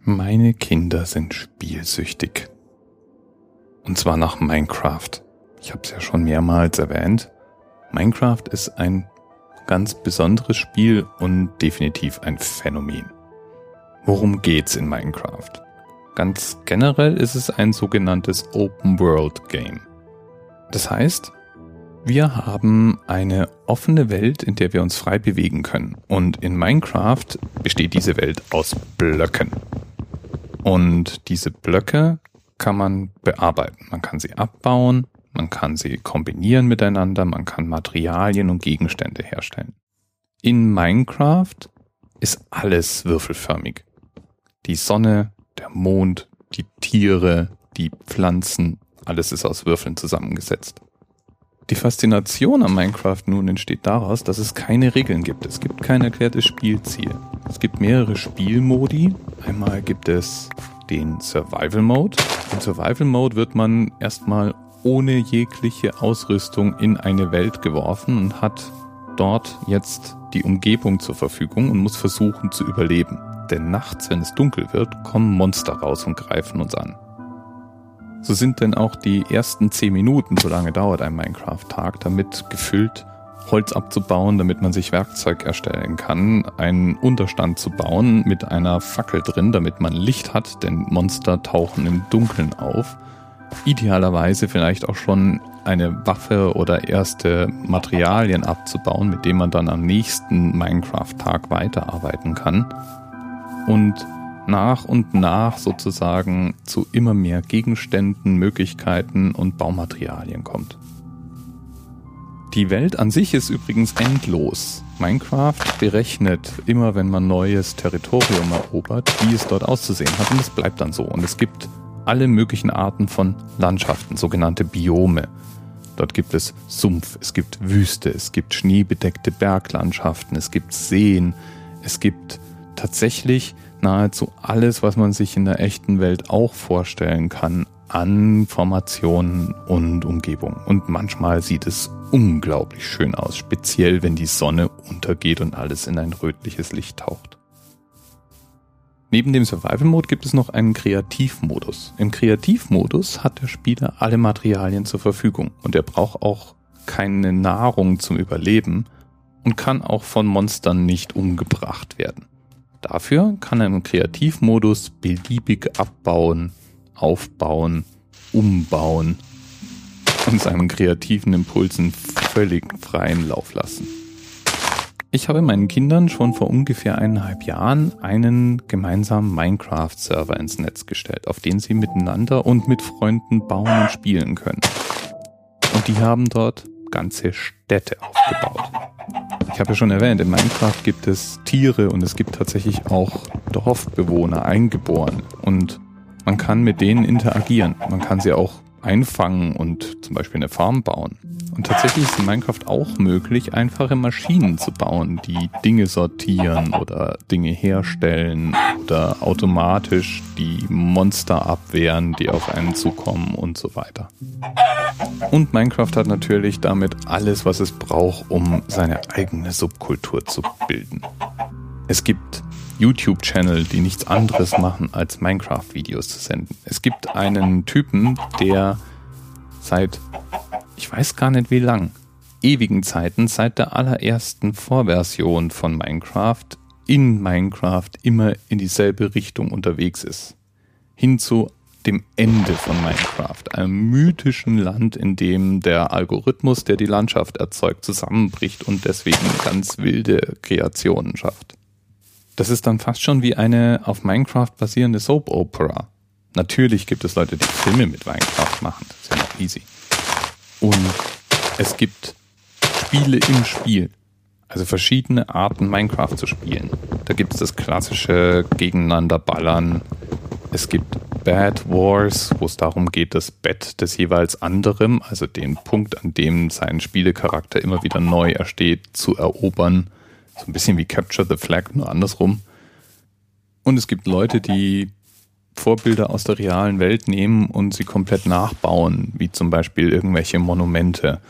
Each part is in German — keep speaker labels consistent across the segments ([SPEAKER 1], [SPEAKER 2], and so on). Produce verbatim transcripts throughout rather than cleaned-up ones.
[SPEAKER 1] Meine Kinder sind spielsüchtig. Und zwar nach Minecraft. Ich habe es ja schon mehrmals erwähnt. Minecraft ist ein ganz besonderes Spiel und definitiv ein Phänomen. Worum geht's in Minecraft? Ganz generell ist es ein sogenanntes Open-World-Game. Das heißt, wir haben eine offene Welt, in der wir uns frei bewegen können. Und in Minecraft besteht diese Welt aus Blöcken. Und diese Blöcke kann man bearbeiten. Man kann sie abbauen, man kann sie kombinieren miteinander, man kann Materialien und Gegenstände herstellen. In Minecraft ist alles würfelförmig. Die Sonne, der Mond, die Tiere, die Pflanzen, alles ist aus Würfeln zusammengesetzt. Die Faszination an Minecraft nun entsteht daraus, dass es keine Regeln gibt. Es gibt kein erklärtes Spielziel. Es gibt mehrere Spielmodi. Einmal gibt es den Survival Mode. Im Survival Mode wird man erstmal ohne jegliche Ausrüstung in eine Welt geworfen und hat dort jetzt die Umgebung zur Verfügung und muss versuchen zu überleben. Denn nachts, wenn es dunkel wird, kommen Monster raus und greifen uns an. So sind denn auch die ersten zehn Minuten, so lange dauert ein Minecraft-Tag, damit gefüllt, Holz abzubauen, damit man sich Werkzeug erstellen kann, einen Unterstand zu bauen mit einer Fackel drin, damit man Licht hat, denn Monster tauchen im Dunkeln auf. Idealerweise vielleicht auch schon eine Waffe oder erste Materialien abzubauen, mit denen man dann am nächsten Minecraft-Tag weiterarbeiten kann. Und nach und nach sozusagen zu immer mehr Gegenständen, Möglichkeiten und Baumaterialien kommt. Die Welt an sich ist übrigens endlos. Minecraft berechnet immer, wenn man neues Territorium erobert, wie es dort auszusehen hat, und es bleibt dann so. Und es gibt alle möglichen Arten von Landschaften, sogenannte Biome. Dort gibt es Sumpf, es gibt Wüste, es gibt schneebedeckte Berglandschaften, es gibt Seen, es gibt tatsächlich nahezu alles, was man sich in der echten Welt auch vorstellen kann, an Formationen und Umgebung. Und manchmal sieht es unglaublich schön aus, speziell wenn die Sonne untergeht und alles in ein rötliches Licht taucht. Neben dem Survival-Mode gibt es noch einen Kreativmodus. Im Kreativmodus hat der Spieler alle Materialien zur Verfügung und er braucht auch keine Nahrung zum Überleben und kann auch von Monstern nicht umgebracht werden. Dafür kann er im Kreativmodus beliebig abbauen, aufbauen, umbauen und seinen kreativen Impulsen völlig freien Lauf lassen. Ich habe meinen Kindern schon vor ungefähr eineinhalb Jahren einen gemeinsamen Minecraft-Server ins Netz gestellt, auf den sie miteinander und mit Freunden bauen und spielen können. Und die haben dort ganze Städte aufgebaut. Ich habe ja schon erwähnt, in Minecraft gibt es Tiere und es gibt tatsächlich auch Dorfbewohner, Eingeborene. Und man kann mit denen interagieren. Man kann sie auch einfangen und zum Beispiel eine Farm bauen. Und tatsächlich ist in Minecraft auch möglich, einfache Maschinen zu bauen, die Dinge sortieren oder Dinge herstellen oder automatisch die Monster abwehren, die auf einen zukommen und so weiter. Und Minecraft hat natürlich damit alles, was es braucht, um seine eigene Subkultur zu bilden. Es gibt YouTube-Channel, die nichts anderes machen, als Minecraft-Videos zu senden. Es gibt einen Typen, der seit, ich weiß gar nicht wie lang, ewigen Zeiten, seit der allerersten Vorversion von Minecraft, in Minecraft immer in dieselbe Richtung unterwegs ist. Hin zu dem Ende von Minecraft, einem mythischen Land, in dem der Algorithmus, der die Landschaft erzeugt, zusammenbricht und deswegen ganz wilde Kreationen schafft. Das ist dann fast schon wie eine auf Minecraft basierende Soap Opera. Natürlich gibt es Leute, die Filme mit Minecraft machen, das ist ja noch easy. Und es gibt Spiele im Spiel, also verschiedene Arten Minecraft zu spielen. Da gibt es das klassische Gegeneinander-Ballern. Es gibt Bed Wars, wo es darum geht, das Bett des jeweils anderen, also den Punkt, an dem sein Spielecharakter immer wieder neu ersteht, zu erobern. So ein bisschen wie Capture the Flag, nur andersrum. Und es gibt Leute, die Vorbilder aus der realen Welt nehmen und sie komplett nachbauen, wie zum Beispiel irgendwelche Monumente,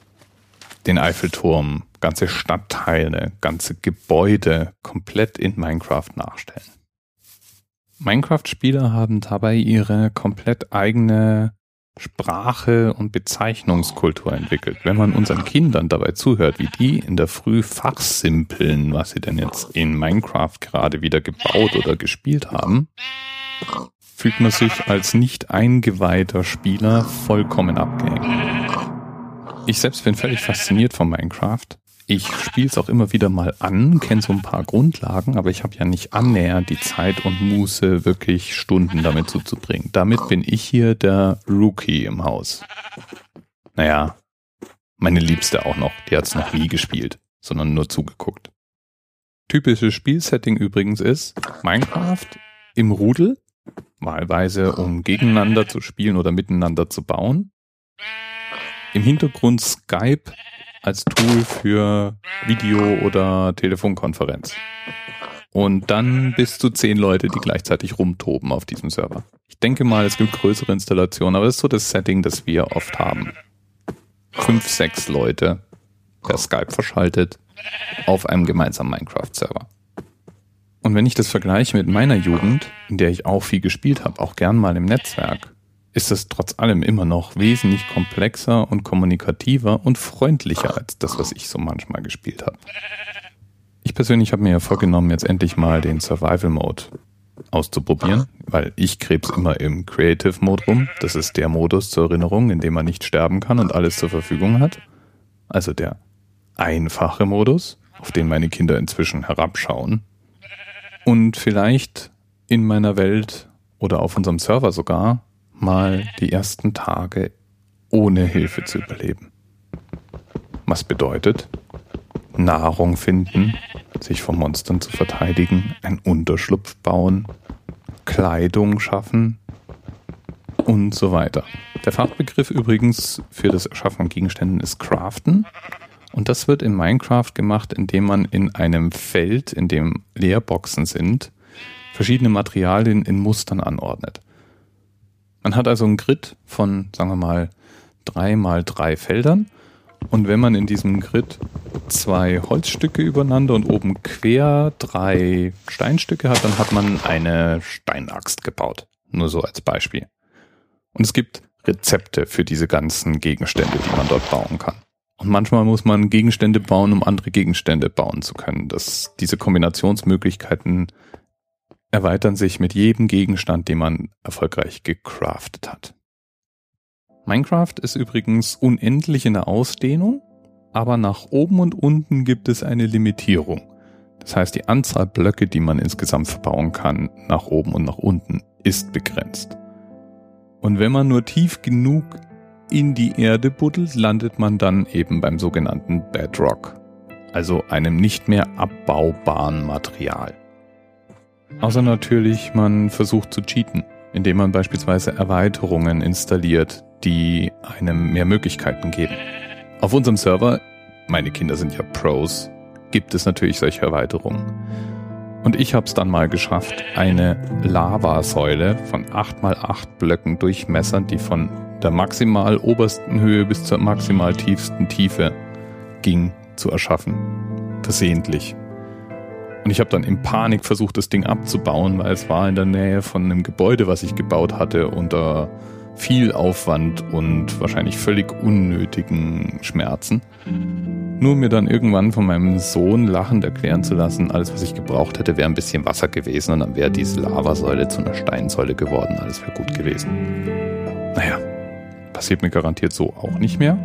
[SPEAKER 1] den Eiffelturm, ganze Stadtteile, ganze Gebäude komplett in Minecraft nachstellen. Minecraft-Spieler haben dabei ihre komplett eigene Sprache und Bezeichnungskultur entwickelt. Wenn man unseren Kindern dabei zuhört, wie die in der Früh fachsimpeln, was sie denn jetzt in Minecraft gerade wieder gebaut oder gespielt haben, fühlt man sich als nicht eingeweihter Spieler vollkommen abgehängt. Ich selbst bin völlig fasziniert von Minecraft. Ich spiele es auch immer wieder mal an, kenne so ein paar Grundlagen, aber ich habe ja nicht annähernd die Zeit und Muße, wirklich Stunden damit zuzubringen. Damit bin ich hier der Rookie im Haus. Naja, meine Liebste auch noch, die hat es noch nie gespielt, sondern nur zugeguckt. Typisches Spielsetting übrigens ist Minecraft im Rudel, wahlweise um gegeneinander zu spielen oder miteinander zu bauen. Im Hintergrund Skype als Tool für Video- oder Telefonkonferenz. Und dann bis zu zehn Leute, die gleichzeitig rumtoben auf diesem Server. Ich denke mal, es gibt größere Installationen, aber das ist so das Setting, das wir oft haben. Fünf, sechs Leute per Skype verschaltet auf einem gemeinsamen Minecraft-Server. Und wenn ich das vergleiche mit meiner Jugend, in der ich auch viel gespielt habe, auch gern mal im Netzwerk, ist es trotz allem immer noch wesentlich komplexer und kommunikativer und freundlicher als das, was ich so manchmal gespielt habe. Ich persönlich habe mir ja vorgenommen, jetzt endlich mal den Survival Mode auszuprobieren, weil ich krebs immer im Creative Mode rum. Das ist der Modus zur Erinnerung, in dem man nicht sterben kann und alles zur Verfügung hat. Also der einfache Modus, auf den meine Kinder inzwischen herabschauen. Und vielleicht in meiner Welt oder auf unserem Server sogar mal die ersten Tage ohne Hilfe zu überleben. Was bedeutet, Nahrung finden, sich vor Monstern zu verteidigen, einen Unterschlupf bauen, Kleidung schaffen und so weiter. Der Fachbegriff übrigens für das Erschaffen von Gegenständen ist Craften. Und das wird in Minecraft gemacht, indem man in einem Feld, in dem Leerboxen sind, verschiedene Materialien in Mustern anordnet. Man hat also einen Grid von, sagen wir mal, drei mal drei Feldern. Und wenn man in diesem Grid zwei Holzstücke übereinander und oben quer drei Steinstücke hat, dann hat man eine Steinaxt gebaut. Nur so als Beispiel. Und es gibt Rezepte für diese ganzen Gegenstände, die man dort bauen kann. Und manchmal muss man Gegenstände bauen, um andere Gegenstände bauen zu können. Das, diese Kombinationsmöglichkeiten erweitern sich mit jedem Gegenstand, den man erfolgreich gecraftet hat. Minecraft ist übrigens unendlich in der Ausdehnung, aber nach oben und unten gibt es eine Limitierung. Das heißt, die Anzahl Blöcke, die man insgesamt verbauen kann, nach oben und nach unten, ist begrenzt. Und wenn man nur tief genug in die Erde buddelt, landet man dann eben beim sogenannten Bedrock, also einem nicht mehr abbaubaren Material. Außer natürlich, man versucht zu cheaten, indem man beispielsweise Erweiterungen installiert, die einem mehr Möglichkeiten geben. Auf unserem Server, meine Kinder sind ja Pros, gibt es natürlich solche Erweiterungen. Und ich habe es dann mal geschafft, eine Lavasäule von acht mal acht Blöcken Durchmesser, die von der maximal obersten Höhe bis zur maximal tiefsten Tiefe ging, zu erschaffen. Versehentlich. Und ich habe dann in Panik versucht, das Ding abzubauen, weil es war in der Nähe von einem Gebäude, was ich gebaut hatte, unter viel Aufwand und wahrscheinlich völlig unnötigen Schmerzen. Nur mir dann irgendwann von meinem Sohn lachend erklären zu lassen, alles, was ich gebraucht hätte, wäre ein bisschen Wasser gewesen und dann wäre diese Lavasäule zu einer Steinsäule geworden. Alles wäre gut gewesen. Naja, passiert mir garantiert so auch nicht mehr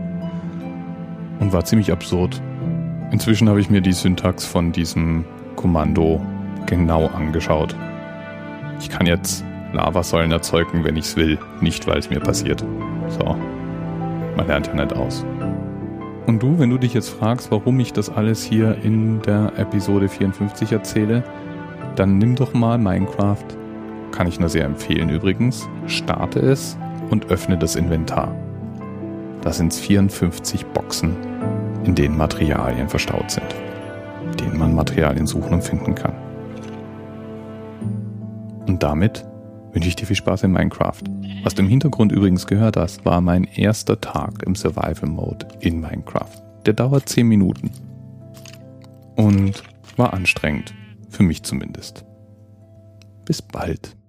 [SPEAKER 1] und war ziemlich absurd. Inzwischen habe ich mir die Syntax von diesem Kommando genau angeschaut. Ich kann jetzt Lavasäulen erzeugen, wenn ich es will, nicht weil es mir passiert. So, man lernt ja nicht aus. Und du, wenn du dich jetzt fragst, warum ich das alles hier in der Episode vierundfünfzig erzähle, dann nimm doch mal Minecraft, kann ich nur sehr empfehlen übrigens, starte es und öffne das Inventar. Da sind es vierundfünfzig Boxen, in denen Materialien verstaut sind, in denen man Materialien suchen und finden kann. Und damit wünsche ich dir viel Spaß in Minecraft. Was du im Hintergrund übrigens gehört hast, war mein erster Tag im Survival Mode in Minecraft. Der dauert zehn Minuten. Und war anstrengend. Für mich zumindest. Bis bald.